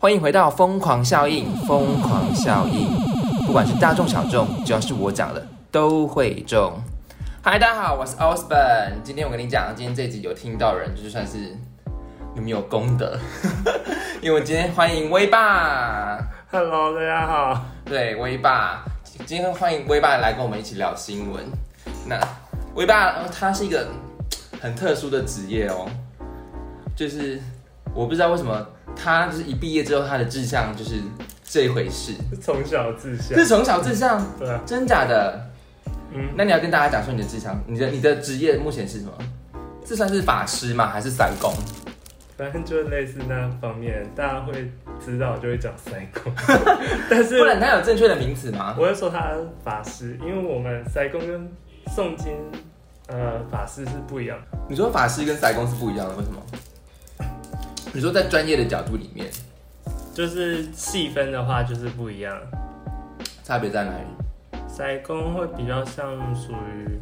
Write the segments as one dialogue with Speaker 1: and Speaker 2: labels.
Speaker 1: 欢迎回到疯狂效应，疯狂效应，不管是大众小众，只要是我讲的都会中。嗨，大家好，我是 Osborn。今天我跟你讲，今天这集有听到人，就算是你们有功德，因为我今天欢迎威爸。
Speaker 2: Hello， 大家好。
Speaker 1: 对，威爸，今天欢迎威爸来跟我们一起聊新闻。那威爸他是一个很特殊的职业哦，就是我不知道为什么他就是一毕业之后，他的志向就是这一回事。
Speaker 2: 从小志向
Speaker 1: 是从小志向，
Speaker 2: 对啊，
Speaker 1: 真假的？那你要跟大家讲说你的志向，你的职业目前是什么？这算是法师吗？还是散工？
Speaker 2: 反正就类似那方面，大家会知道就会讲塞工，但是
Speaker 1: 不然他有正确的名词吗？
Speaker 2: 我会说他法师，因为我们塞工跟诵经法师是不一样的。
Speaker 1: 你说法师跟塞工是不一样的，为什么？你说在专业的角度里面，
Speaker 2: 就是细分的话就是不一样，
Speaker 1: 差别在哪里？
Speaker 2: 塞工会比较像属于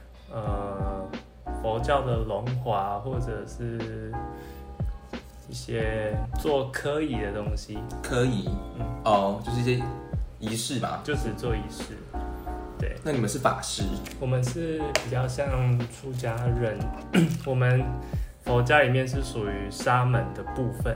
Speaker 2: 佛教的龙华，或者是一些做科仪的东西。
Speaker 1: 科仪，就是一些仪式嘛，
Speaker 2: 就只做仪式。对，
Speaker 1: 那你们是法师？
Speaker 2: 我们是比较像出家人，我们佛教里面是属于沙门的部分，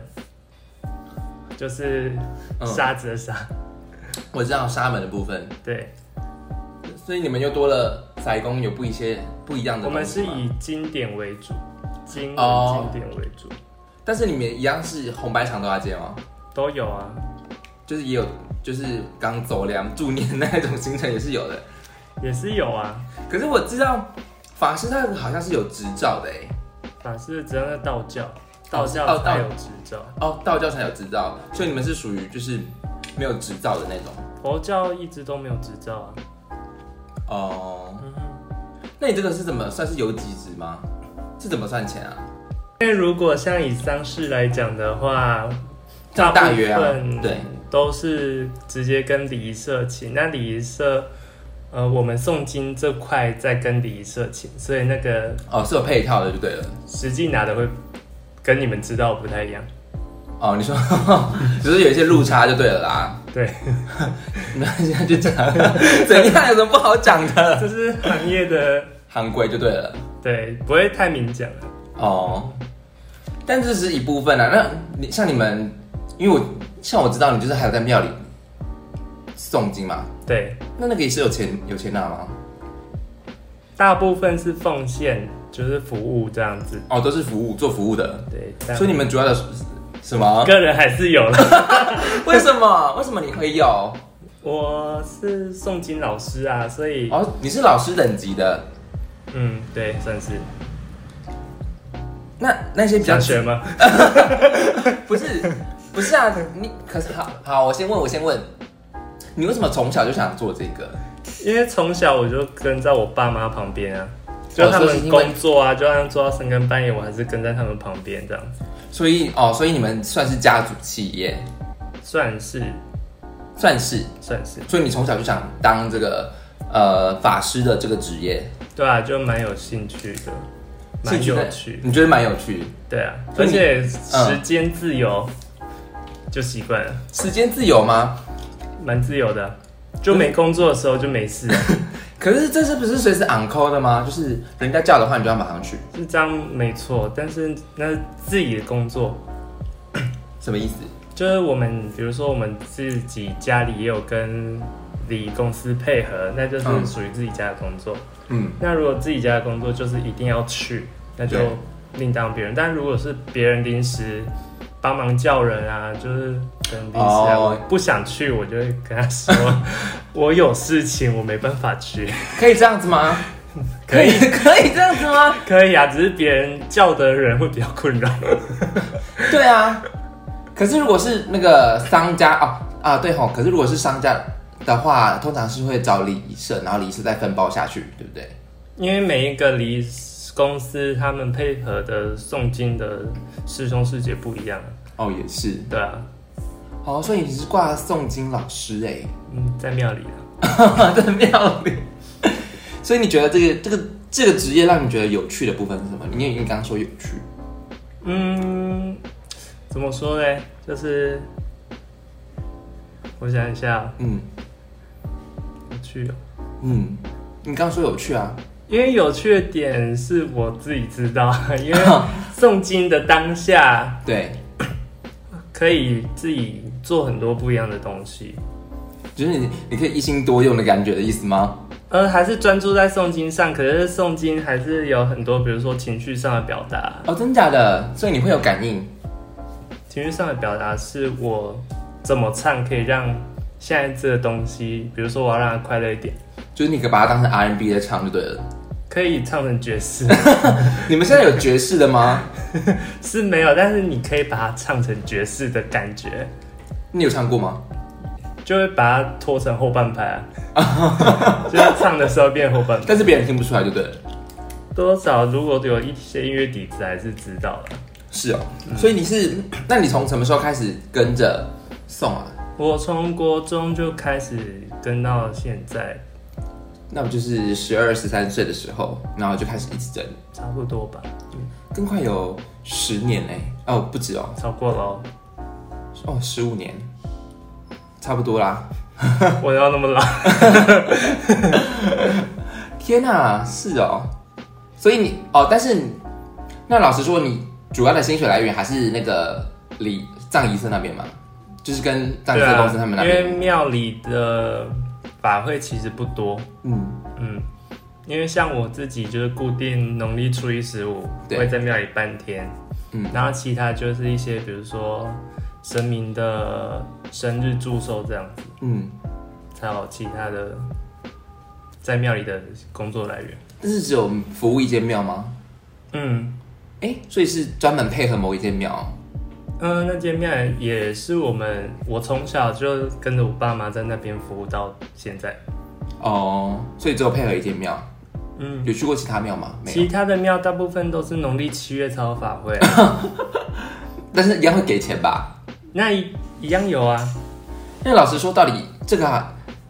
Speaker 2: 就是沙子的沙。
Speaker 1: 我知道沙门的部分。
Speaker 2: 对，
Speaker 1: 所以你们又多了塞工，有一些不一样的东西吗？
Speaker 2: 我们是以经典为主，经文经典为主。
Speaker 1: 但是你们一样是红白场都要接吗？
Speaker 2: 都有啊，
Speaker 1: 就是也有，就是刚走梁助念那种行程也是有的，
Speaker 2: 也是有啊。
Speaker 1: 可是我知道法师他好像是有执照的哎。
Speaker 2: 法师只要在道教，道教才有执照。
Speaker 1: 道教才有执照，所以你们是属于就是没有执照的那种。
Speaker 2: 佛教一直都没有执照
Speaker 1: 啊。那你这个是怎么算是有几职吗？是怎么算钱啊？
Speaker 2: 因为如果像以丧事来讲的话，
Speaker 1: 大约啊，对，
Speaker 2: 都是直接跟礼仪社请。那礼仪社，我们诵经这块在跟礼仪社请，所以那个
Speaker 1: 是有配套的就对了。
Speaker 2: 实际拿的会跟你们知道不太一样。
Speaker 1: 你说只是有一些路差就对了啦。
Speaker 2: 对，
Speaker 1: 那现在就讲怎样有什么不好讲的？
Speaker 2: 这是行业的
Speaker 1: 行规就对了。
Speaker 2: 对，不会太明讲了。
Speaker 1: 但这是一部分啊。那像你们，因为我知道你就是还有在庙里诵经嘛。对。那个也是有钱拿吗？
Speaker 2: 大部分是奉献，就是服务这样子。
Speaker 1: 都是服务，做服务的。
Speaker 2: 对。
Speaker 1: 所以你们主要的什么？
Speaker 2: 个人还是有了。
Speaker 1: 为什么？为什么你会有？
Speaker 2: 我是诵经老师啊，所以
Speaker 1: 你是老师等级的。
Speaker 2: 对，算是。
Speaker 1: 那些比较
Speaker 2: 想学吗？
Speaker 1: 不是啊，可是好，我先问，你为什么从小就想做这个？
Speaker 2: 因为从小我就跟在我爸妈旁边啊，就他们工作啊，就算做到深更半夜，我还是跟在他们旁边这样子。
Speaker 1: 所以你们算是家族企业？算是。所以你从小就想当这个法师的这个职业？对
Speaker 2: 啊，就蛮有兴趣的。蛮有趣，
Speaker 1: 你觉得蛮有趣？
Speaker 2: 对啊，而且时间自由就习惯了。
Speaker 1: 时间自由吗？
Speaker 2: 蛮自由的，就没工作的时候就没事。
Speaker 1: 可是这是不是随时 on call 的吗？就是人家叫的话，你就要马上去。
Speaker 2: 是这样没错，但是那是自己的工作。
Speaker 1: 什么意思？
Speaker 2: 就是比如说我们自己家里也有跟礼仪公司配合，那就是属于自己家的工作。那如果自己家的工作就是一定要去，那就另当别论。但如果是别人临时帮忙叫人啊，就是可能临时我不想去，我就会跟他说我有事情，我没办法去。
Speaker 1: 可以这样子吗？可以这样子吗？
Speaker 2: 可以啊，只是别人叫的人会比较困扰。
Speaker 1: 对啊，可是如果是那个商家可是如果是商家的话，通常是会找礼仪社，然后礼仪社再分包下去，对不对？
Speaker 2: 因为每一个礼仪公司他们配合的诵经的师兄师姐不一样。
Speaker 1: 也是。对啊。所以你是挂诵经老师哎。
Speaker 2: 在庙里啊。
Speaker 1: 在庙里。所以你觉得这个职业让你觉得有趣的部分是什么？你刚刚说有趣。
Speaker 2: 怎么说呢？就是我想一下，有趣哦。
Speaker 1: 你刚刚说有趣啊。
Speaker 2: 因为有趣的点是我自己知道，因为诵经的当下，
Speaker 1: 对，
Speaker 2: 可以自己做很多不一样的东西，
Speaker 1: 就是你可以一心多用的感觉的意思吗？
Speaker 2: 还是专注在诵经上，可是诵经还是有很多，比如说情绪上的表达。
Speaker 1: 哦，真假的？所以你会有感应？
Speaker 2: 情绪上的表达是我怎么唱可以让现在这个东西，比如说我要让它快乐一点，
Speaker 1: 就是你可以把它当成 R&B 在唱就对了。
Speaker 2: 可以唱成爵士。
Speaker 1: 你们现在有爵士的吗？
Speaker 2: 是没有，但是你可以把它唱成爵士的感觉。
Speaker 1: 你有唱过吗？
Speaker 2: 就会把它拖成后半拍啊，就是唱的时候变后半拍，
Speaker 1: 但是别人听不出来就对了。
Speaker 2: 多少如果有一些音乐底子还是知道的。
Speaker 1: 是哦，所以那你从什么时候开始跟着诵啊？
Speaker 2: 我从国中就开始跟到现在。
Speaker 1: 那我就是12、13岁的时候，然后就开始一直跟，
Speaker 2: 差不多吧。
Speaker 1: 更快有10年嘞，哦，不止哦，
Speaker 2: 超过了哦。
Speaker 1: 哦，15年，差不多啦。
Speaker 2: 我要那么老？
Speaker 1: 天哪，是哦。所以但是那老实说，你主要的薪水来源还是那个藏仪社那边嘛？就是跟藏仪社公司他们那边。
Speaker 2: 因为庙里的法会其实不多。因为像我自己就是固定农历初一、15会在庙里半天。然后其他就是一些比如说神明的生日祝寿这样子。才有其他的在庙里的工作来源。
Speaker 1: 但是只有服务一间庙吗？所以是专门配合某一间庙。
Speaker 2: 那间庙也是我从小就跟着我爸妈在那边服务到现在。
Speaker 1: 哦，所以只有配合一间庙。有去过其他庙吗？没有。
Speaker 2: 其他的庙大部分都是农历7月才有法会。
Speaker 1: 但是一样会给钱吧？
Speaker 2: 那一样有啊。
Speaker 1: 因为老实说，到底这个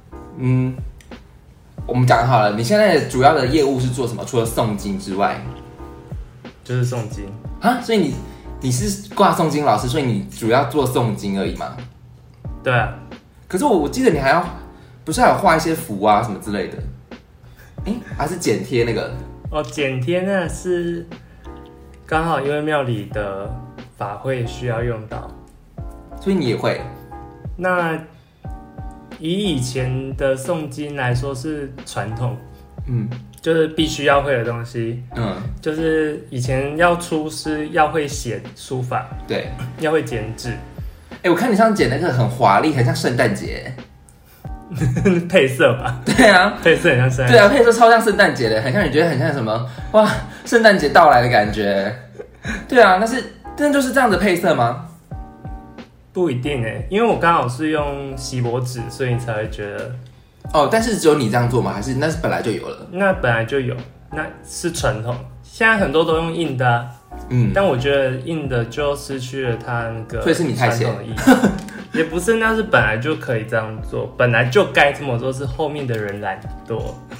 Speaker 1: 我们讲好了，你现在主要的业务是做什么？除了诵经之外，
Speaker 2: 就是诵经
Speaker 1: 啊。所以你是挂诵经老师，所以你主要做诵经而已吗？
Speaker 2: 对啊。
Speaker 1: 可是我记得你不是还有画一些符啊什么之类的？还是剪贴那个？
Speaker 2: 剪贴那是刚好因为庙里的法会需要用到，
Speaker 1: 所以你也会。
Speaker 2: 那以前的诵经来说是传统，就是必须要会的东西，就是以前要出诗要会写书法，
Speaker 1: 对，
Speaker 2: 要会剪纸。
Speaker 1: 我看你上次剪那个很华丽，很像圣诞节。
Speaker 2: 配色吧？
Speaker 1: 对啊，
Speaker 2: 配色很像圣诞节。
Speaker 1: 对啊，配色超像圣诞节的，很像你觉得很像什么哇，圣诞节到来的感觉。对啊，真的就是这样的配色吗？
Speaker 2: 不一定因为我刚好是用锡箔纸，所以你才会觉得。
Speaker 1: 但是只有你这样做吗？还是那是本来就有了？
Speaker 2: 那本来就有，那是传统。现在很多都用印的啊。但我觉得印的就失去了它那个传统的意义。也不是，那是本来就可以这样做，本来就该这么做，是后面的人懒惰。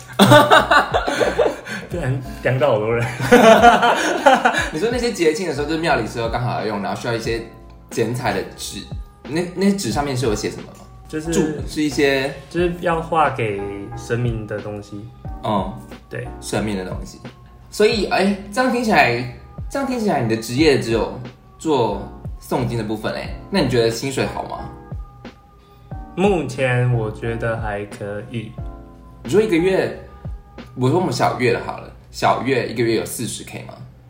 Speaker 2: 不然凉到好多人。
Speaker 1: 你说那些节庆的时候，就是庙里时候刚好要用，然后需要一些剪彩的纸，那些纸上面是有写什么吗？是一些
Speaker 2: 就是要画给神明的东西。对，
Speaker 1: 神明的东西。所以这样听起来，你的职业只有做诵经的部分那你觉得薪水好吗？
Speaker 2: 目前我觉得还可以。
Speaker 1: 你说一个月，我说我们小月的好了，小月一个月有40K 吗？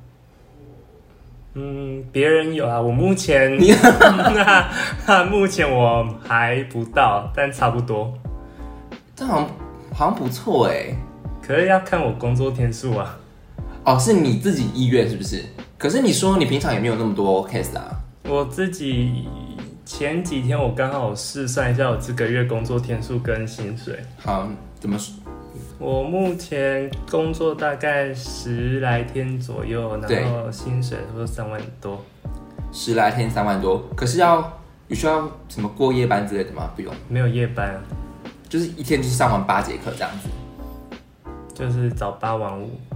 Speaker 2: 别人有啊，我目前目前我还不到，但差不多。
Speaker 1: 这好像不错
Speaker 2: 可是要看我工作天数啊。
Speaker 1: 是你自己意愿是不是？可是你说你平常也没有那么多 case 啊。
Speaker 2: 我自己前几天我刚好试算一下我这个月工作天数跟薪水。
Speaker 1: 好，怎么说？
Speaker 2: 我目前工作大概10来天左右，然后薪水都是3万多。
Speaker 1: 10来天3万多，可是你需要什么过夜班之类的吗？不用，
Speaker 2: 没有夜班，
Speaker 1: 就是一天就是上完8节课这样子。
Speaker 2: 就是早8晚5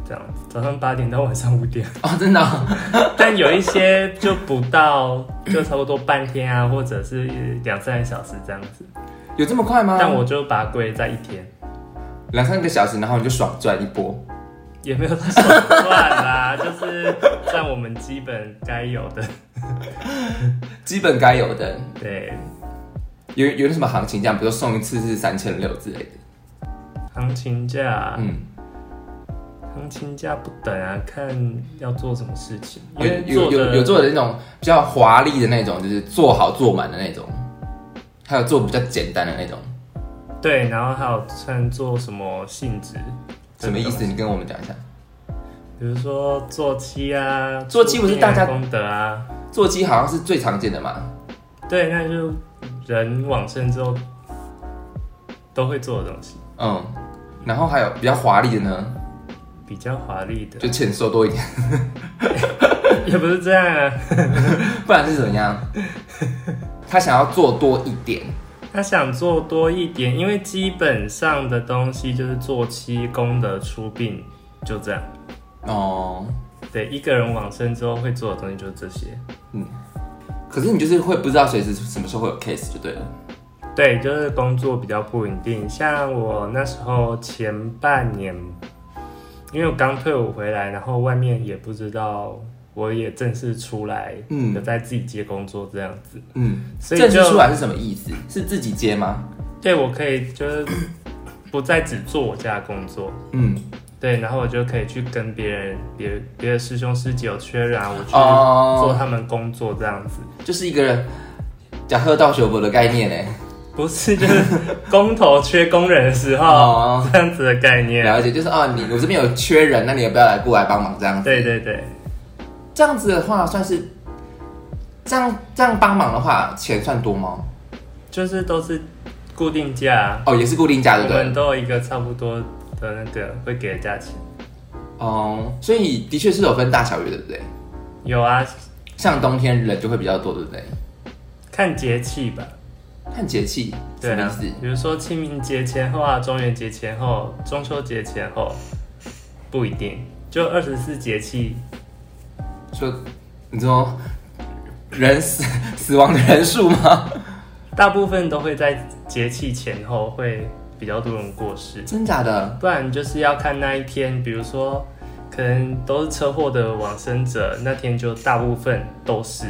Speaker 2: 这样子，早上8点到晚上5点。
Speaker 1: 哦，真的、哦。
Speaker 2: 但有一些就不到，就差不多半天啊，或者是2-3个小时这样子。
Speaker 1: 有这么快吗？
Speaker 2: 但我就把它归在1天
Speaker 1: ，2-3个小时，然后你就爽赚一波。
Speaker 2: 也没有太爽赚啦，就是赚我们基本该有的。
Speaker 1: 基本该有的。
Speaker 2: 对。
Speaker 1: 有什么行情价？比如说送一次是3600之类的。
Speaker 2: 行情价，行情价不等啊，看要做什么事情。
Speaker 1: 有做的那种比较华丽的那种，就是做好做满的那种，还有做比较简单的那种。
Speaker 2: 对，然后还有看做什么性质。
Speaker 1: 什么意思？你跟我们讲一下。
Speaker 2: 比如说做漆啊，
Speaker 1: 做漆不是大家
Speaker 2: 功德啊？
Speaker 1: 做漆好像是最常见的嘛。
Speaker 2: 对，那就人往生之后都会做的东西。
Speaker 1: 然后还有比较华丽的呢？
Speaker 2: 比较华丽的，
Speaker 1: 就钱收多一点。
Speaker 2: 也不是这样啊。
Speaker 1: 不然是怎么样？他想要做多一点。
Speaker 2: 他想做多一点，因为基本上的东西就是做漆、功德、出殡，就这样。对，一个人往生之后会做的东西就是这些。
Speaker 1: 可是你就是会不知道随时什么时候会有 case 就对了。
Speaker 2: 对，就是工作比较不稳定。像我那时候前半年，因为我刚退伍回来，然后外面也不知道。我也正式出来，有在自己接工作这样子。所以
Speaker 1: 正式出来是什么意思？是自己接吗？
Speaker 2: 对，我可以就是不再只做我家的工作。对，然后我就可以去跟别的师兄师姐有缺人啊，我去做他们工作这样子。
Speaker 1: 就是一个人假喝到酒博的概念呢？
Speaker 2: 不是，就是工头缺工人的时候这样子的概念。
Speaker 1: 了解，就是我这边有缺人，那你要不要过来帮忙这样子？
Speaker 2: 对对对。
Speaker 1: 这样子的话，算是这样帮忙的话，钱算多吗？
Speaker 2: 就是都是固定价
Speaker 1: 也是固定价，对不对？
Speaker 2: 我们都有一个差不多的那个会给的价钱。
Speaker 1: 所以的确是有分大小月，对不对？
Speaker 2: 有啊，
Speaker 1: 像冬天人就会比较多，对不对？
Speaker 2: 看节气吧。
Speaker 1: 看节气，
Speaker 2: 对啊，什么意思？比如说清明节前后啊，中元节前后，中秋节前后，不一定，就24节气。
Speaker 1: 你说人死亡的人数吗？
Speaker 2: 大部分都会在节气前后会比较多人过世。
Speaker 1: 真假的？
Speaker 2: 不然就是要看那一天，比如说可能都是车祸的往生者，那天就大部分都是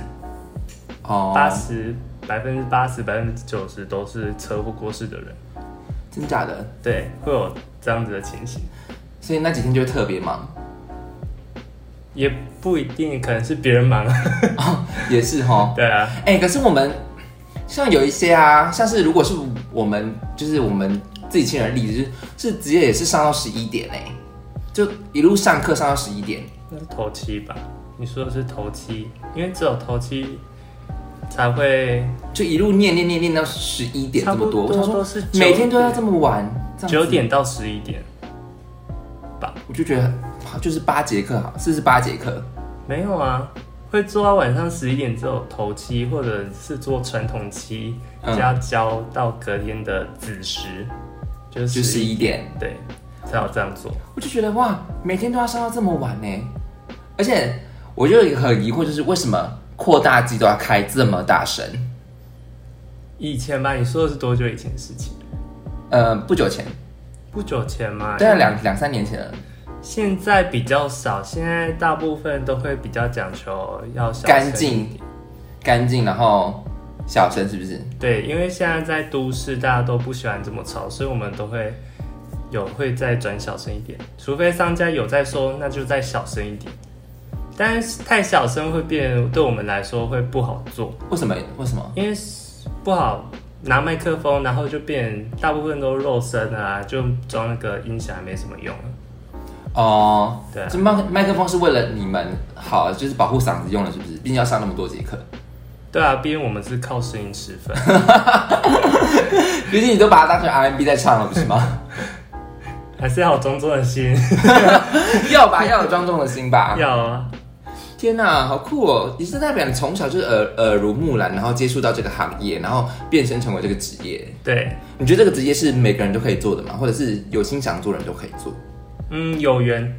Speaker 2: 80%、90%都是车祸过世的人。
Speaker 1: 真假的？
Speaker 2: 对，会有这样子的情形。
Speaker 1: 所以那几天就会特别忙。
Speaker 2: 也不一定，可能是别人忙。
Speaker 1: 也是齁。
Speaker 2: 对啊。
Speaker 1: 可是我们像有一些啊，像是如果是我们就是我们自己亲人的例子，是直接也是上到11点就一路上课上到11点。
Speaker 2: 那是头七吧？你说的是头七，因为只有头七才会
Speaker 1: 就一路念到11点这么多。
Speaker 2: 我想说
Speaker 1: 每天都要这么晚
Speaker 2: ，9点到11点吧。
Speaker 1: 我就觉得就是8节课好，是8节课？
Speaker 2: 没有啊，会做到晚上11点之后头七，或者是做传统七，加教到隔天的子时，就是
Speaker 1: 11点，
Speaker 2: 对，才有这样做。
Speaker 1: 我就觉得哇，每天都要上到这么晚呢，而且我就很疑惑，就是为什么扩大机都要开这么大声？
Speaker 2: 以前吧，你说的是多久以前的事情？
Speaker 1: 不久前。
Speaker 2: 不久前嘛？
Speaker 1: 对啊，2-3年前了。
Speaker 2: 现在比较少，现在大部分都会比较讲求要小声
Speaker 1: 干净，然后小声，是不是？
Speaker 2: 对，因为现在在都市，大家都不喜欢这么吵，所以我们都会再转小声一点。除非商家有在说，那就再小声一点。但是太小声会变，对我们来说会不好做。
Speaker 1: 为什么？
Speaker 2: 因为不好拿麦克风，然后就变大部分都肉声啊，就装那个音响没什么用了。
Speaker 1: 对啊，这麦克风是为了你们好，就是保护嗓子用的，是不是？毕竟要上那么多节课。
Speaker 2: 对啊，毕竟我们是靠声音吃饭。
Speaker 1: 毕竟你都把它当成 R&B 在唱了，不是吗？
Speaker 2: 还是要有庄重的心。
Speaker 1: 要吧，要有庄重的心吧。
Speaker 2: 要啊！
Speaker 1: 天哪，好酷哦！也是代表你从小就是耳濡目染，然后接触到这个行业，然后变身成为这个职业。
Speaker 2: 对，
Speaker 1: 你觉得这个职业是每个人都可以做的吗？或者是有心想做的人都可以做？
Speaker 2: 有缘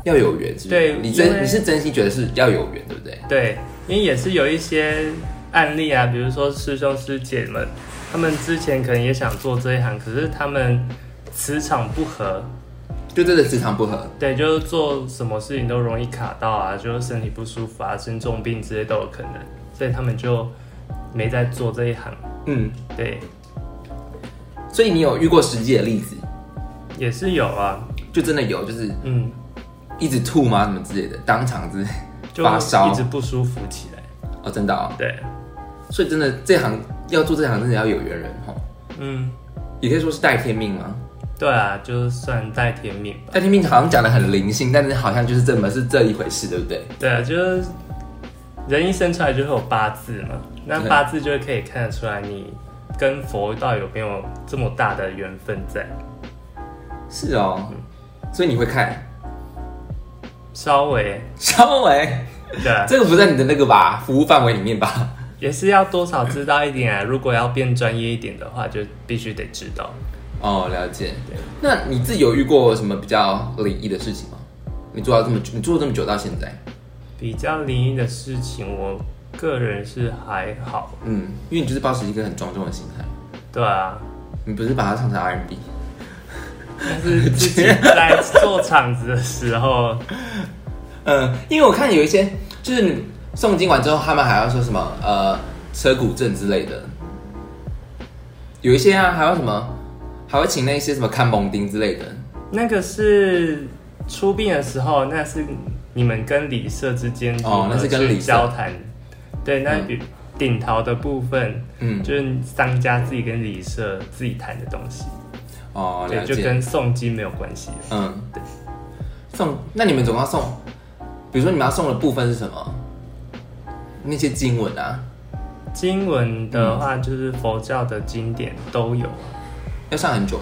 Speaker 1: 要有缘，是不是？
Speaker 2: 对，
Speaker 1: 你是真心觉得是要有缘，对不对？
Speaker 2: 对，因为也是有一些案例啊，比如说师兄师姐们，他们之前可能也想做这一行，可是他们磁场不合，
Speaker 1: 就真的磁场不合。
Speaker 2: 对，就是做什么事情都容易卡到啊，就是身体不舒服啊，生重病之类都有可能，所以他们就没在做这一行。对。
Speaker 1: 所以你有遇过实际的例子？
Speaker 2: 也是有啊，
Speaker 1: 就真的有，就是一直吐吗？什么之类的，当场之类发烧，
Speaker 2: 一直不舒服起来。
Speaker 1: 哦，真的哦。
Speaker 2: 对，
Speaker 1: 所以真的这行要做这行，真的要有缘人哈。也可以说是带天命吗？
Speaker 2: 对啊，就算带天命吧。
Speaker 1: 带天命好像讲的很灵性，但是好像就是这一回事，对不对？
Speaker 2: 对啊，就是人一生出来就会有八字嘛，那八字就会可以看得出来你跟佛到底有没有这么大的缘分在。
Speaker 1: 是哦，所以你会看？
Speaker 2: 稍微，
Speaker 1: 对啊，这个不在你的那个吧服务范围里面吧？
Speaker 2: 也是要多少知道一点啊。如果要变专业一点的话，就必须得知道。
Speaker 1: 哦，了解。对，那你自己有遇过什么比较灵异的事情吗？你做了这么久到现在，
Speaker 2: 比较灵异的事情，我个人是还好。
Speaker 1: 因为你就是抱持一个很庄重的心态。
Speaker 2: 对啊，
Speaker 1: 你不是把它唱成 R&B。
Speaker 2: 但是自己在做场子的时候，
Speaker 1: 因为我看有一些就是你诵经完之后，他们还要说什么车骨阵之类的，有一些啊，还有什么还会请那些什么看蒙丁之类的。
Speaker 2: 那个是出殡的时候，那是你们跟礼社之间
Speaker 1: 那是跟礼社
Speaker 2: 交谈。对，那顶桃的部分，就是商家自己跟礼社自己谈的东西。
Speaker 1: 哦，
Speaker 2: 对，就跟诵经没有关系。
Speaker 1: 对。那你们总要诵，比如说你们要诵的部分是什么？那些经文啊。
Speaker 2: 经文的话，就是佛教的经典都有。
Speaker 1: 要上很久吗？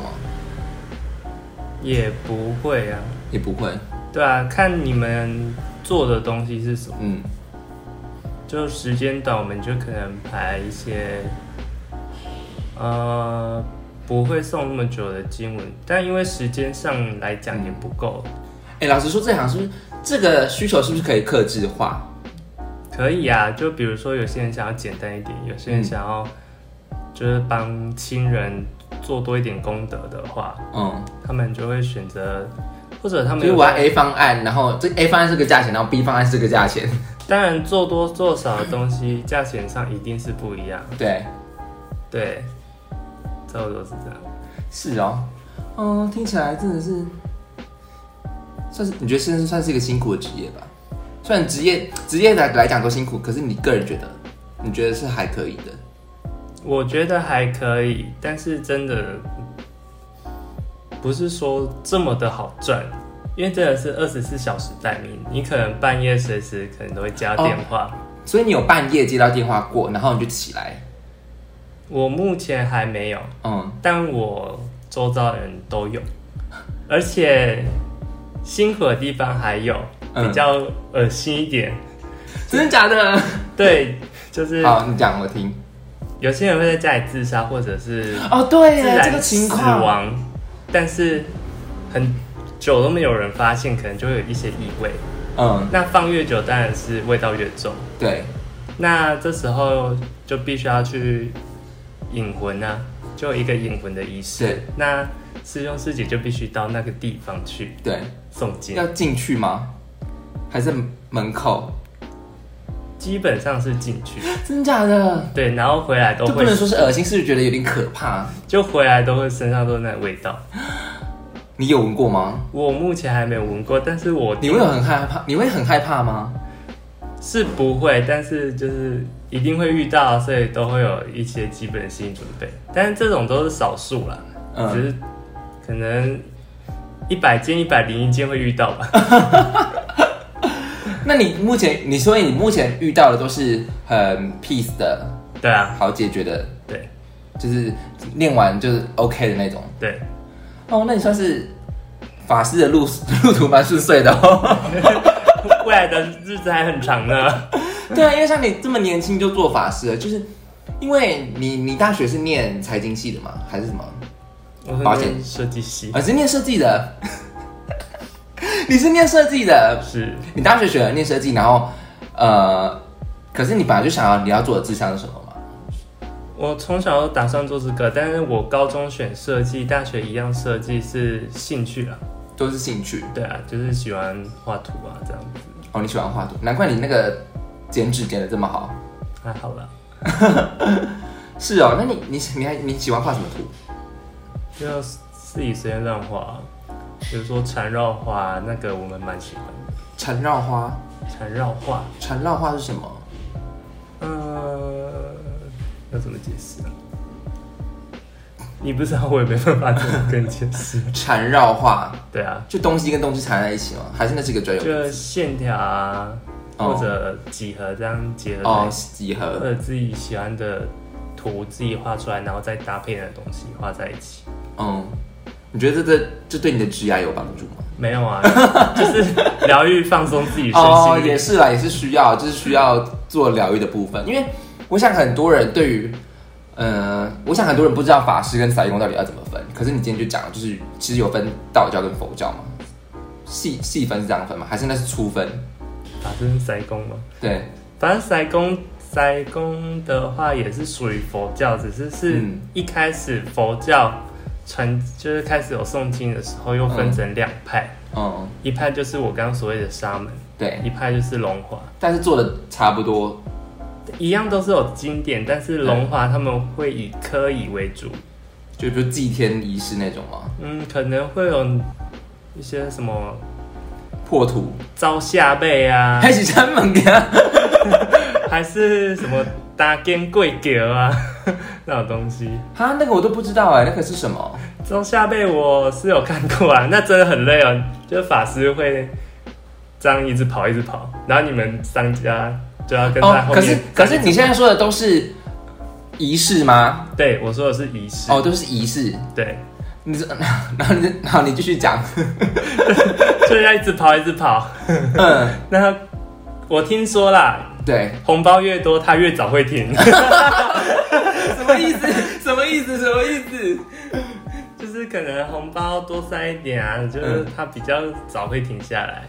Speaker 2: 也不会啊。
Speaker 1: 也不会。
Speaker 2: 对啊，看你们做的东西是什么。就时间短，我们就可能排一些，不会诵那么久的经文，但因为时间上来讲也不够。
Speaker 1: 老实说，这行是不是这个需求是不是可以客制化？
Speaker 2: 可以啊，就比如说有些人想要简单一点，有些人想要就是帮亲人做多一点功德的话，他们就会选择，或者他们
Speaker 1: 就是我要 A 方案，然后这 A 方案是个价钱，然后 B 方案是个价钱。
Speaker 2: 当然做多做少的东西，价钱上一定是不一样。对，差不多是这样。
Speaker 1: 是哦，听起来真的是算是，你觉得现在算是一个辛苦的职业吧？虽然职业来讲都辛苦，可是你个人觉得，你觉得是还可以的？
Speaker 2: 我觉得还可以，但是真的不是说这么的好赚。因为真的是24小时待命，你可能半夜随时可能都会接到电话。
Speaker 1: 所以你有半夜接到电话过，然后你就起来？
Speaker 2: 我目前还没有，但我周遭的人都有，而且辛苦的地方还有比较恶心一点。
Speaker 1: 真的假的？
Speaker 2: 对，就是
Speaker 1: 好，你讲我听。
Speaker 2: 有些人会在家里自杀，或者是
Speaker 1: 对耶，这个情况
Speaker 2: 死亡，但是很久都没有人发现，可能就会有一些异味。那放越久当然是味道越重。
Speaker 1: 对，
Speaker 2: 那这时候就必须要去引魂啊，就一个引魂的仪式。
Speaker 1: 对，
Speaker 2: 那师兄师姐就必须到那个地方去。
Speaker 1: 对，
Speaker 2: 诵经
Speaker 1: 要进去吗？还是门口？
Speaker 2: 基本上是进去。
Speaker 1: 真假的？
Speaker 2: 对，然后回来都会，
Speaker 1: 就不能说是恶心，是不是觉得有点可怕？
Speaker 2: 就回来都会身上都是那个味道。
Speaker 1: 你有闻过吗？
Speaker 2: 我目前还没有闻过，但是
Speaker 1: 你会很害怕？你会很害怕吗？
Speaker 2: 是不会，但是就是一定会遇到，所以都会有一些基本的心理准备。但是这种都是少数啦，只是可能100件101件会遇到吧。
Speaker 1: 那你说你目前遇到的都是很 peace 的，
Speaker 2: 对啊，
Speaker 1: 好解决的，
Speaker 2: 对，
Speaker 1: 就是念完就是 OK 的那种，
Speaker 2: 对。
Speaker 1: 那你算是法师的路途蛮顺遂的哦。
Speaker 2: 未来的日子还很长呢。
Speaker 1: 对啊，因为像你这么年轻就做法师了，就是因为你大学是念财经系的吗？还是什么？
Speaker 2: 我是念设计系。
Speaker 1: 是念设计的。 你是念设计的？
Speaker 2: 是。
Speaker 1: 你大学学了念设计，然后可是你本来就想要你要做的志向是什么吗？
Speaker 2: 我从小都打算做这个，但是我高中选设计，大学一样设计是兴趣啊，
Speaker 1: 都是兴趣。
Speaker 2: 对啊，就是喜欢画图啊这样子。
Speaker 1: 哦，你喜欢画图，难怪你那个剪纸剪得这么好。
Speaker 2: 还好啦。
Speaker 1: 是哦，那你喜欢画什么图？
Speaker 2: 就自己随便乱画，比如说缠绕花，那个我们蛮喜欢的。
Speaker 1: 缠绕花？
Speaker 2: 缠绕画？
Speaker 1: 缠绕画是什么？
Speaker 2: 要怎么解释啊？你不知道，我也没办法怎么跟你解释。
Speaker 1: 缠绕画？对
Speaker 2: 啊，
Speaker 1: 就东西跟东西缠在一起吗？还是那是一个专有？
Speaker 2: 就线条啊，或者几何这样结合在一起。
Speaker 1: 几何。
Speaker 2: 或者自己喜欢的图自己画出来，然后再搭配的东西画在一起。
Speaker 1: 你觉得这对你的职业有帮助吗？
Speaker 2: 没有啊，就是疗愈放松自己身心。
Speaker 1: 也是啦，也是需要，就是需要做疗愈的部分。因为我想很多人对于，我想很多人不知道法师跟塞公到底要怎么分。可是你今天就讲，就是其实有分道教跟佛教嘛，细分是这样分吗？还是那是粗分？
Speaker 2: 法师跟塞公吗？
Speaker 1: 对，
Speaker 2: 反正塞公的话也是属于佛教，只是一开始佛教就是开始有诵经的时候，又分成两派。一派就是我刚刚所谓的沙门，
Speaker 1: 对，
Speaker 2: 一派就是龙华，
Speaker 1: 但是做的差不多，
Speaker 2: 一样都是有经典，但是龙华他们会以科仪为主，
Speaker 1: 就比如祭天仪式那种吗？
Speaker 2: 可能会有一些什么
Speaker 1: 破土、
Speaker 2: 招下辈啊，
Speaker 1: 还是专门的，
Speaker 2: 还是什么打肩跪脚啊那种东西。
Speaker 1: 哈，那个我都不知道那个是什么？
Speaker 2: 招下辈我是有看过啊，那真的很累哦，就是法师会这样一直跑，然后你们商家就要跟在后面。
Speaker 1: 可是你现在说的都是仪式吗？
Speaker 2: 对，我说的是仪式。
Speaker 1: 都是仪式。
Speaker 2: 对，
Speaker 1: 然后你继续讲，
Speaker 2: 就是要一直跑。那我听说啦，
Speaker 1: 对，
Speaker 2: 红包越多，他越早会停。
Speaker 1: 什么意思？
Speaker 2: 就是可能红包多塞一点啊，就是他比较早会停下来。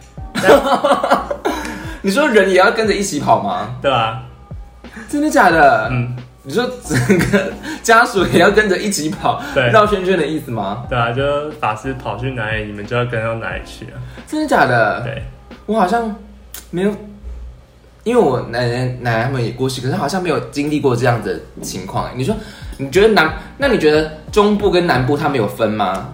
Speaker 1: 你说人也要跟着一起跑吗？
Speaker 2: 对啊，
Speaker 1: 真的假的？你说整个家属也要跟着一起跑，绕圈圈的意思吗？
Speaker 2: 对啊，就法师跑去哪里，你们就要跟到哪里去啊。
Speaker 1: 真的假的？
Speaker 2: 对，
Speaker 1: 我好像没有，因为我奶奶他们也过世，可是好像没有经历过这样的情况。你说，你觉得那你觉得中部跟南部他们有分吗？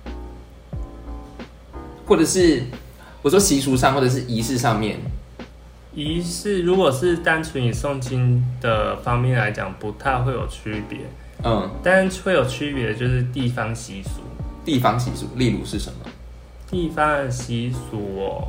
Speaker 1: 或者是我说习俗上，或者是仪式上面？
Speaker 2: 仪式如果是单纯以诵经的方面来讲，不太会有区别。但会有区别的就是地方习俗。
Speaker 1: 地方习俗，例如是什么？
Speaker 2: 地方的习俗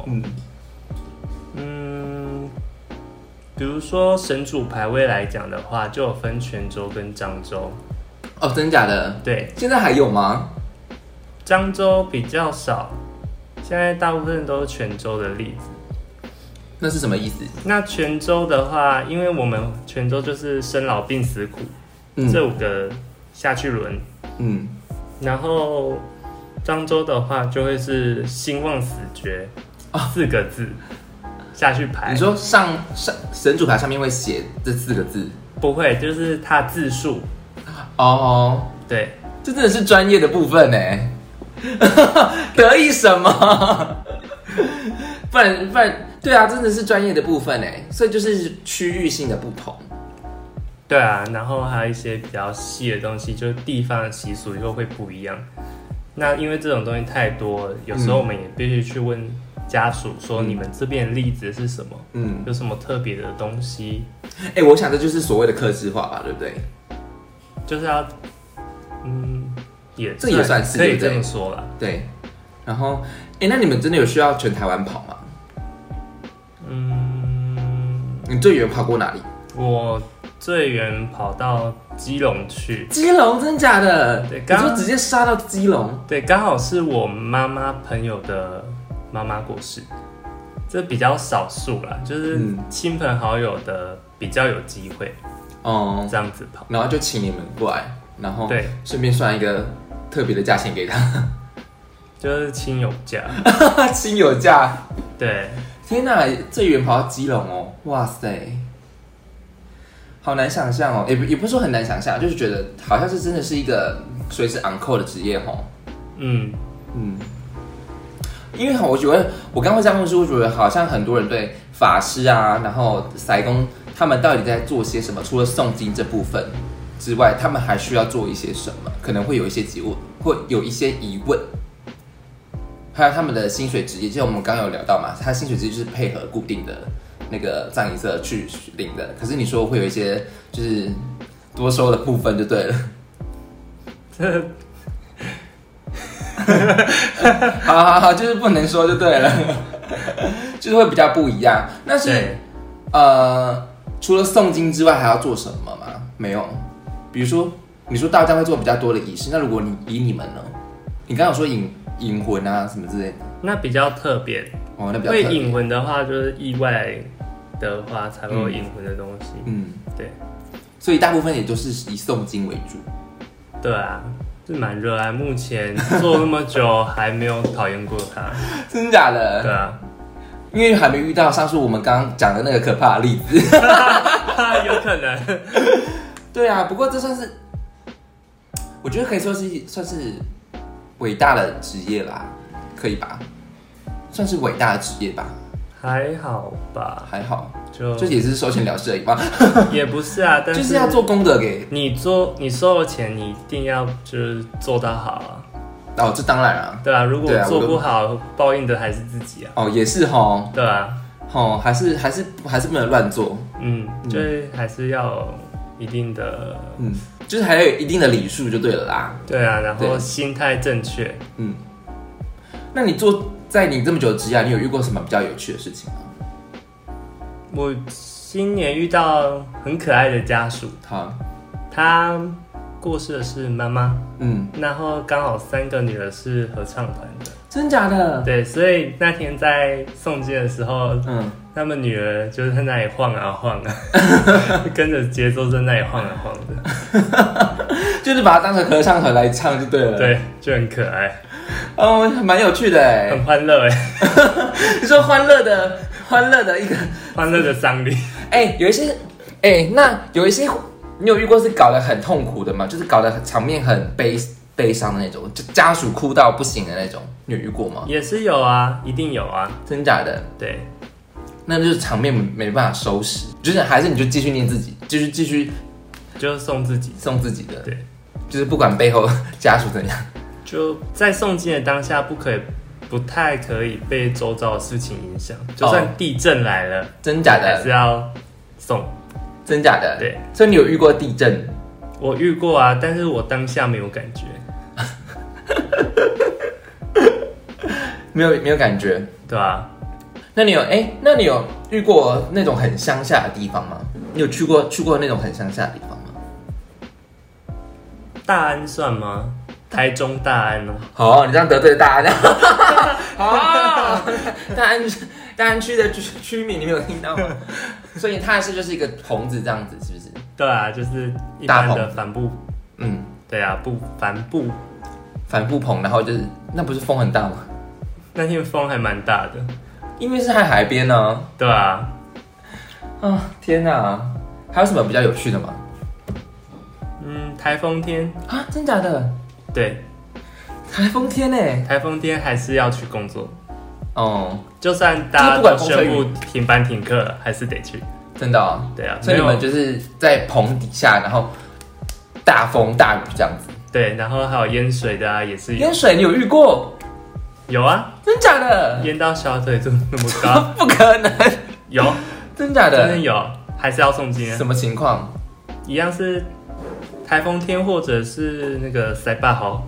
Speaker 2: 比如说神主牌位来讲的话，就有分泉州跟漳州。
Speaker 1: 真假的？
Speaker 2: 对，
Speaker 1: 现在还有吗？
Speaker 2: 漳州比较少，现在大部分都是泉州的例子。
Speaker 1: 那是什么意思？
Speaker 2: 那泉州的话，因为我们泉州就是生老病死苦，这5个下去轮。然后漳州的话就会是兴旺死绝4个字下去排。
Speaker 1: 你说上神主牌上面会写这4个字？
Speaker 2: 不会，就是它字数。对，
Speaker 1: 这真的是专业的部分呢。得意什么？不然，对啊，真的是专业的部分哎，所以就是区域性的不同。
Speaker 2: 对啊，然后还有一些比较细的东西，就是地方的习俗又会不一样。那因为这种东西太多了，有时候我们也必须去问家属说，你们这边的例子是什么？有什么特别的东西？
Speaker 1: 我想这就是所谓的客制化吧，对不对？
Speaker 2: 就是要，
Speaker 1: 这也算是
Speaker 2: 可以这么说啦。
Speaker 1: 对，然后，那你们真的有需要全台湾跑吗？你最远跑过哪里？
Speaker 2: 我最远跑到基隆去。
Speaker 1: 基隆，真的假的？
Speaker 2: 对，
Speaker 1: 你说直接杀到基隆？
Speaker 2: 对，刚好是我妈妈朋友的妈妈过世，这比较少数啦，就是亲朋好友的比较有机会这样子跑，
Speaker 1: 然后就请你们过来，然后
Speaker 2: 对，
Speaker 1: 顺便算一个特别的价钱给他。
Speaker 2: 就是亲友假。
Speaker 1: 亲友假。
Speaker 2: 对。
Speaker 1: 天哪，最远跑到基隆哦！哇塞，好难想象哦。也不是说很难想象，就是觉得好像是真的是一个随时 on call 的职业哦。因为我觉得我刚会这样问，是我觉得好像很多人对法师啊，然后塞公他们到底在做些什么？除了诵经这部分之外，他们还需要做一些什么？可能会有一些会有一些疑问。还有他们的薪水职业，就像我们刚刚有聊到嘛，他薪水职业就是配合固定的那个葬仪社去领的。可是你说会有一些就是多收的部分就对了。好，就是不能说就对了，就是会比较不一样。那是除了诵经之外还要做什么吗？没有。比如说你说道教会做比较多的仪式，那如果以你们呢？你刚刚有说引魂啊什么之类的，
Speaker 2: 那比较特别。那比较特别。会引魂的话，就是意外的话才会有引魂的东西。对。
Speaker 1: 所以大部分也都是以诵经为主。
Speaker 2: 对啊，是蛮热爱。目前做那么久还没有讨厌过他。
Speaker 1: 真假的？
Speaker 2: 对啊，
Speaker 1: 因为还没遇到上述我们刚刚讲的那个可怕的例子。
Speaker 2: 有可能。
Speaker 1: 对啊，不过这算是，我觉得可以说是算是伟大的职业啦，可以吧？算是伟大的职业吧？
Speaker 2: 还好吧？
Speaker 1: 还好，就也是收钱了事而已吧？
Speaker 2: 也不是啊，但是
Speaker 1: 就是要做功德给
Speaker 2: 你收了钱，你一定要就是做到好啊。
Speaker 1: 哦，这当然啊。
Speaker 2: 对啊，如果做不好，报应的还是自己啊。
Speaker 1: 哦，也是齁。
Speaker 2: 对啊。
Speaker 1: 齁，还是不能乱做。
Speaker 2: 就是还是要一定的，
Speaker 1: 就是还有一定的礼数就对了啦。
Speaker 2: 对啊，然后心态正确。
Speaker 1: 那你在你这么久的职涯，你有遇过什么比较有趣的事情吗？
Speaker 2: 我今年遇到很可爱的家属。好，他过世的是妈妈。然后刚好3个女儿是合唱团的。
Speaker 1: 真假的？
Speaker 2: 对，所以那天在诵经的时候，他们女儿就是在那里晃啊晃啊，跟着节奏在那里晃啊晃的，
Speaker 1: 就是把它当成合唱团来唱就对了。
Speaker 2: 对，就很可爱。
Speaker 1: 哦，蛮有趣的哎，
Speaker 2: 很欢乐哎。
Speaker 1: 你说欢乐的一个
Speaker 2: 欢乐的丧礼。
Speaker 1: 有一些那有一些你有遇过是搞得很痛苦的吗？就是搞得场面很悲伤的那种，就家属哭到不行的那种，你有遇过吗？
Speaker 2: 也是有啊，一定有啊。
Speaker 1: 真假的？
Speaker 2: 对。
Speaker 1: 那就是场面没办法收拾，就是还是你就继续念自己，继续
Speaker 2: 就是送自己
Speaker 1: 的。
Speaker 2: 对，
Speaker 1: 就是不管背后家属怎样，
Speaker 2: 就在诵经的当下不太可以被周遭的事情影响，就算地震来了，
Speaker 1: 真假的
Speaker 2: 还是要诵。真
Speaker 1: 假的？
Speaker 2: 对。
Speaker 1: 所以你有遇过地震？
Speaker 2: 我遇过啊，但是我当下没有感觉。
Speaker 1: 没有感觉，
Speaker 2: 对啊。
Speaker 1: 那你有遇过那种很乡下的地方吗？你有去过那种很乡下的地方吗？
Speaker 2: 大安算吗？台中大安哦。
Speaker 1: 好，你这样得罪大安。好，大安区的居民，你没有听到吗？所以它就是一个棚子这样子，是不是？
Speaker 2: 对啊，就是一般的帆布。对啊，帆布
Speaker 1: 棚，然后就是那不是风很大吗？
Speaker 2: 那天风还蛮大的，
Speaker 1: 因为是在海边呢。
Speaker 2: 对啊。
Speaker 1: 天哪！还有什么比较有趣的吗？
Speaker 2: 台风天
Speaker 1: 啊？真假的？
Speaker 2: 对，
Speaker 1: 台风天欸。
Speaker 2: 台风天还是要去工作。就算
Speaker 1: 大家
Speaker 2: 都宣布停班停课了，还是得去。
Speaker 1: 真的哦？
Speaker 2: 对啊。
Speaker 1: 所以你们就是在棚底下，然后大风大雨这样子。
Speaker 2: 对，然后还有淹水的啊，也是有。
Speaker 1: 淹水你有遇过？
Speaker 2: 有啊。
Speaker 1: 真假的？
Speaker 2: 淹到小腿就那么高？
Speaker 1: 不可能。
Speaker 2: 有。
Speaker 1: 真假的？
Speaker 2: 真的有，还是要诵经。
Speaker 1: 什么情况？
Speaker 2: 一样是台风天，或者是那个塞坝豪。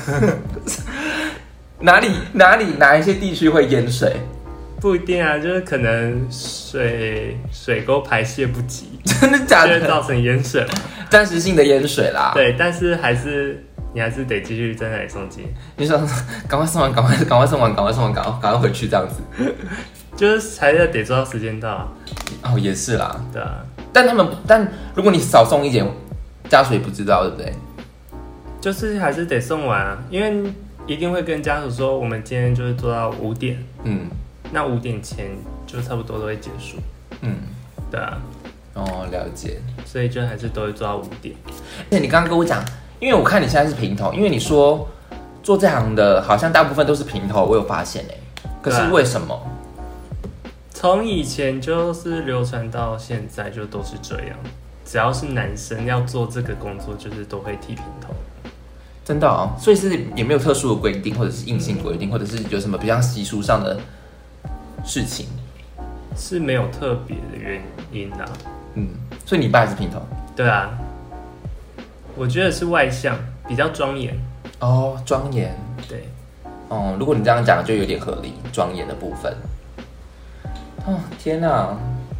Speaker 1: 哪一些地区会淹水？
Speaker 2: 不一定啊，就是可能水沟排泄不及。
Speaker 1: 真的假的？
Speaker 2: 就会造成淹水，
Speaker 1: 暂时性的淹水啦。
Speaker 2: 对，但是你还是得继续在那里诵经。
Speaker 1: 你说赶快送完，赶快送完，赶快回去这样子。
Speaker 2: 就是还是得做到时间到。
Speaker 1: 也是啦。
Speaker 2: 对啊。
Speaker 1: 但如果你少送一点，家属也不知道，对不对？
Speaker 2: 就是还是得送完啊，因为一定会跟家属说，我们今天就是做到5点，那5点前就差不多都会结束，对啊，
Speaker 1: 哦，了解，
Speaker 2: 所以就还是都会做到5点。
Speaker 1: 而且你刚刚跟我讲，因为我看你现在是平头，因为你说做这行的好像大部分都是平头，我有发现可是为什么？
Speaker 2: 从以前就是流传到现在就都是这样，只要是男生要做这个工作，就是都会剃平头。
Speaker 1: 真的哦，所以是也没有特殊的规定，或者是硬性规定，或者是有什么比较习俗上的事情？
Speaker 2: 是没有特别的原因啊。
Speaker 1: 所以你爸也是平头？
Speaker 2: 对啊，我觉得是外向，比较庄严。
Speaker 1: 哦，庄严。
Speaker 2: 对。
Speaker 1: 哦，如果你这样讲就有点合理，庄严的部分。哦，天哪！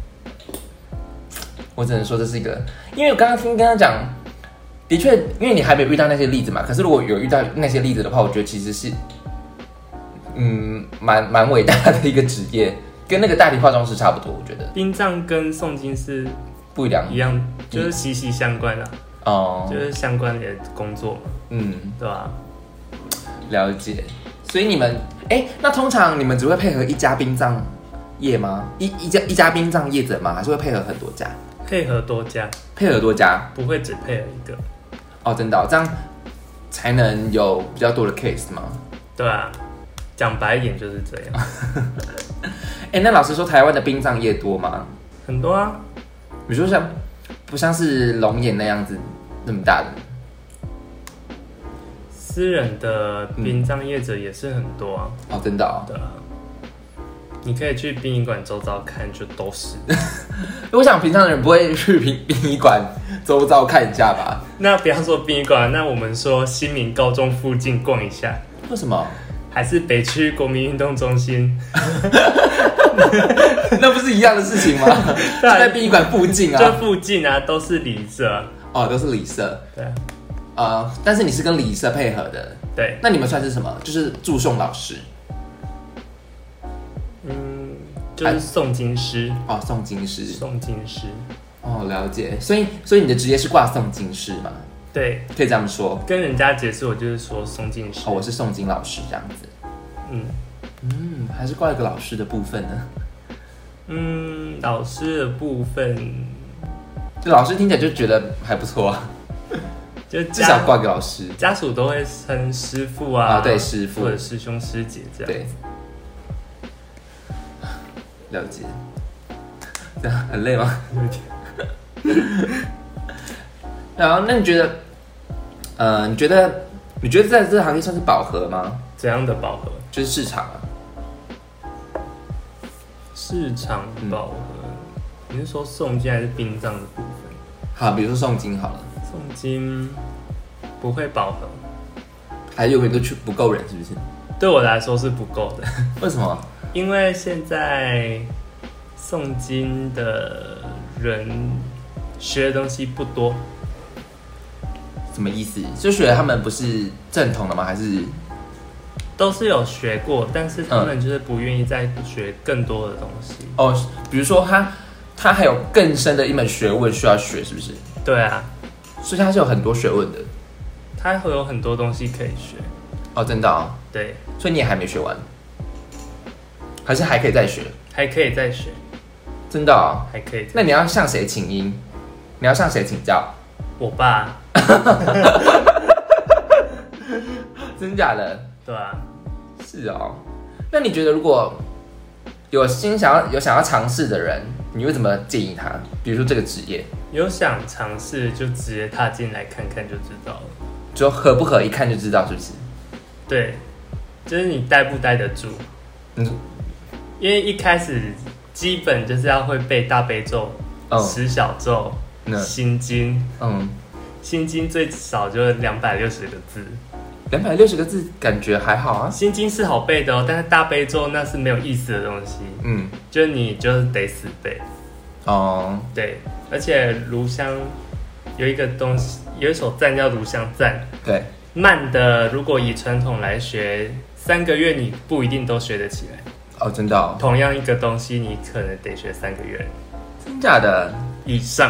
Speaker 1: 我只能说这是一个，因为我刚刚听跟他讲。的确，因为你还没有遇到那些例子嘛。可是如果有遇到那些例子的话，我觉得其实是，蛮伟大的一个职业，跟那个代理化妆师差不多。我觉得
Speaker 2: 殡葬跟诵经是
Speaker 1: 不一样，
Speaker 2: 就是息息相关啦。就是相关的工作嘛。对吧？
Speaker 1: 了解。所以你们，那通常你们只会配合一家殡葬业吗？一家殡葬业者吗？还是会配合很多家？
Speaker 2: 配合多家，
Speaker 1: 不
Speaker 2: 会只配合一个。
Speaker 1: 哦，真的这样才能有比较多的 case 吗？
Speaker 2: 对啊，讲白一点就是这样。
Speaker 1: 那老实说，台湾的殡葬业多吗？
Speaker 2: 很多啊，
Speaker 1: 比如说不像是龙眼那样子那么大的，
Speaker 2: 私人的殡葬业者也是很多啊。
Speaker 1: 哦，真的
Speaker 2: 对啊。你可以去殡仪馆周遭看，就都是。
Speaker 1: 我想平常的人不会去殡仪馆周遭看一下吧？
Speaker 2: 那不要说殡仪馆，那我们说新民高中附近逛一下。
Speaker 1: 为什么？
Speaker 2: 还是北区国民运动中心？
Speaker 1: 那不是一样的事情吗？就在殡仪馆附近啊。
Speaker 2: 这附近啊，都是礼社。
Speaker 1: 哦，都是礼社。
Speaker 2: 对。
Speaker 1: 但是你是跟礼社配合的。
Speaker 2: 对。
Speaker 1: 那你们算是什么？就是祝颂老师。
Speaker 2: 就是诵经师。
Speaker 1: 哦，诵经师。哦，了解。所以你的职业是挂诵经师吗？
Speaker 2: 对，
Speaker 1: 可以这样说。
Speaker 2: 跟人家解释，我就是说诵经师。
Speaker 1: 我是诵经老师这样子。还是挂一个老师的部分呢？
Speaker 2: 老师的部分，
Speaker 1: 就老师听起来就觉得还不错啊。
Speaker 2: 就
Speaker 1: 至少挂个老师，
Speaker 2: 家属都会称师父啊，
Speaker 1: 对，师父
Speaker 2: 或者师兄师姐这样。
Speaker 1: 对。了解，这样很累吗？有点。然后，那你觉得，你觉得在这个行业算是饱和吗？
Speaker 2: 怎样的饱和？
Speaker 1: 就是市场啊。
Speaker 2: 市场饱和，你是说诵经还是殡葬的部分？
Speaker 1: 好，比如说诵经好了。
Speaker 2: 诵经不会饱和，
Speaker 1: 还有很多不够人，是不是？
Speaker 2: 对我来说是不够的。
Speaker 1: 为什么？
Speaker 2: 因为现在诵经的人学的东西不多。
Speaker 1: 什么意思？就学他们不是正统的吗？还是
Speaker 2: 都是有学过，但是他们就是不愿意再学更多的东西。
Speaker 1: 比如说他还有更深的一门学问需要学，是不是？
Speaker 2: 对啊，
Speaker 1: 所以他是有很多学问的。
Speaker 2: 他会有很多东西可以学。
Speaker 1: 真的啊。
Speaker 2: 对。
Speaker 1: 所以你也还没学完。还是还可以再学？
Speaker 2: 还可以再学。
Speaker 1: 真的啊。
Speaker 2: 还可以。
Speaker 1: 那你要向谁请缨？你要向谁请教？
Speaker 2: 我爸。
Speaker 1: 真假的？
Speaker 2: 对啊。
Speaker 1: 是哦。那你觉得如果有想要尝试的人，你会怎么建议他？比如说这个职业，
Speaker 2: 有想尝试就直接踏进来看看就知道了。
Speaker 1: 就合不合一看就知道，是不是？
Speaker 2: 对，就是你待不待得住。因为一开始基本就是要会背大悲咒、十小咒、心经。心经最少就是260个字。
Speaker 1: 260个字感觉还好啊。
Speaker 2: 心经是好背的但是大悲咒那是没有意思的东西。就是你就是得死背。对，而且炉香有一个东西，有一首赞叫炉香赞。
Speaker 1: 对。
Speaker 2: 慢的，如果以传统来学，3个月你不一定都学得起来。
Speaker 1: 真的哦。
Speaker 2: 同样一个东西，你可能得学3个月。
Speaker 1: 真假的？
Speaker 2: 以上。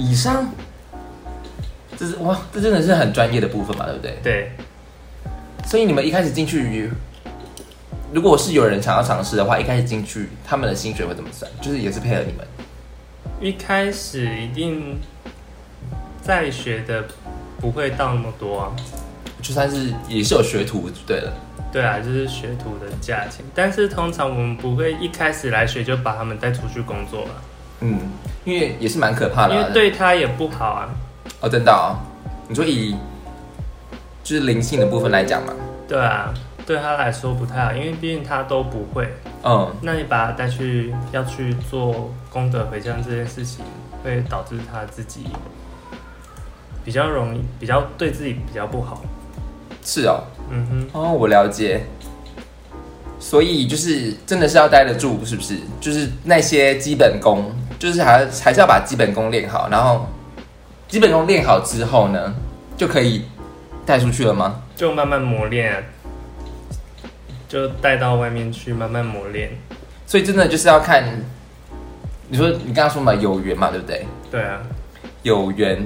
Speaker 2: 这
Speaker 1: 这真的是很专业的部分嘛，对不对？
Speaker 2: 对。
Speaker 1: 所以你们一开始进去，如果是有人想要尝试的话，一开始进去他们的薪水会怎么算？就是也是配合你们。
Speaker 2: 一开始一定在学的不会到那么多啊，
Speaker 1: 就算是也是有学徒就对了。
Speaker 2: 对啊，就是学徒的价钱，但是通常我们不会一开始来学就把他们带出去工作了。
Speaker 1: 因为也是蛮可怕的，
Speaker 2: 因为对他也不好啊。
Speaker 1: 哦，真的哦，你说以就是灵性的部分来讲嘛。
Speaker 2: 对啊，对他来说不太好，因为毕竟他都不会。那你把他带去要去做功德回向这件事情，会导致他自己比较容易，比较对自己比较不好。
Speaker 1: 是哦。我了解。所以就是真的是要待得住，是不是？就是那些基本功，就是还是要把基本功练好，然后基本功练好之后呢，就可以带出去了吗？
Speaker 2: 就慢慢磨练啊，就带到外面去慢慢磨练。
Speaker 1: 所以真的就是要看，你说你刚刚说嘛，有缘嘛，对不对？
Speaker 2: 对啊，
Speaker 1: 有缘。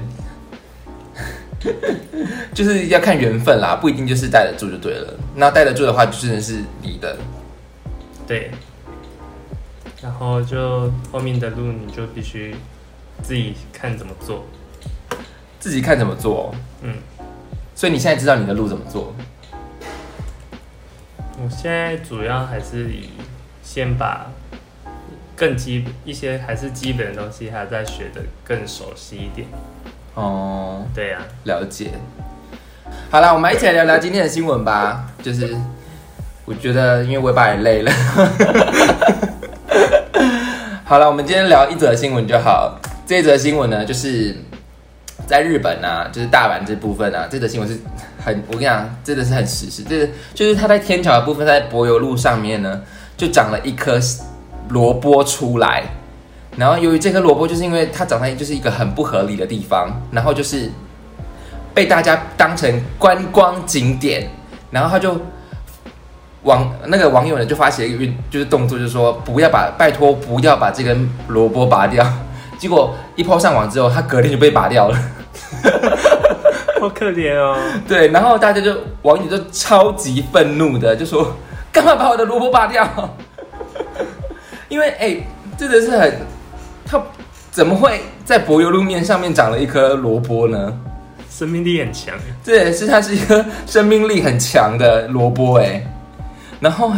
Speaker 1: 就是要看缘分啦，不一定就是带得住就对了。那带得住的话，就真的是你的。
Speaker 2: 对。然后就后面的路，你就必须自己看怎么做。
Speaker 1: 自己看怎么做。所以你现在知道你的路怎么做？
Speaker 2: 我现在主要还是先把一些还是基本的东西，还在学得更熟悉一点。对呀，
Speaker 1: 了解。好啦，我们一起来聊聊今天的新闻吧。就是我觉得，因为我爸也累了。好了，我们今天聊一则新闻就好。这一则新闻呢，就是在日本啊，就是大阪这部分啊，这则新闻是我跟你讲，真的是很时事。就是它在天桥的部分，在柏油路上面呢，就长了一颗萝卜出来。然后由于这颗萝卜，就是因为它长在就是一个很不合理的地方，然后就是被大家当成观光景点，然后他就那个网友呢就发起了一个就是动作，就是说拜托不要把这根萝卜拔掉。结果一po上网之后，他隔天就被拔掉了。
Speaker 2: 好可怜哦。对，
Speaker 1: 然后网友就超级愤怒的，就说干嘛把我的萝卜拔掉？因为真的是他怎么会在柏油路面上面长了一颗萝卜呢？
Speaker 2: 生命力很强。
Speaker 1: 对，它是一颗生命力很强的萝卜然后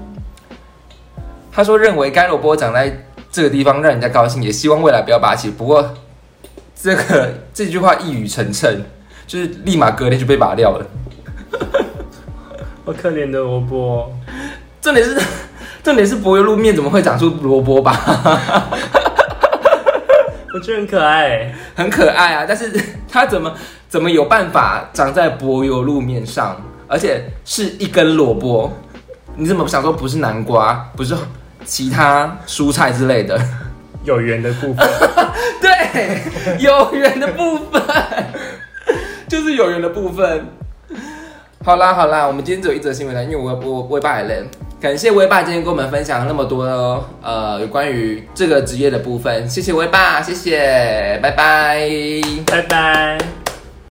Speaker 1: 他说认为该萝卜长在这个地方让人家高兴，也希望未来不要拔起。不过这句话一语成谶，就是立马隔天就被拔掉了。
Speaker 2: 好可怜的萝卜。
Speaker 1: 重点是柏油路面怎么会长出萝卜吧？
Speaker 2: 我觉得很可爱，
Speaker 1: 很可爱啊！但是它怎么有办法长在柏油路面上，而且是一根萝卜？你怎么想说不是南瓜，不是其他蔬菜之类的？
Speaker 2: 有缘的部分。
Speaker 1: 对，有缘的部分，就是有缘的部分。好啦，我们今天只有一则新闻了，因为我威爸也累。感谢威爸今天跟我们分享那么多有关于这个职业的部分，谢谢威爸，谢谢，拜拜，
Speaker 2: 拜拜。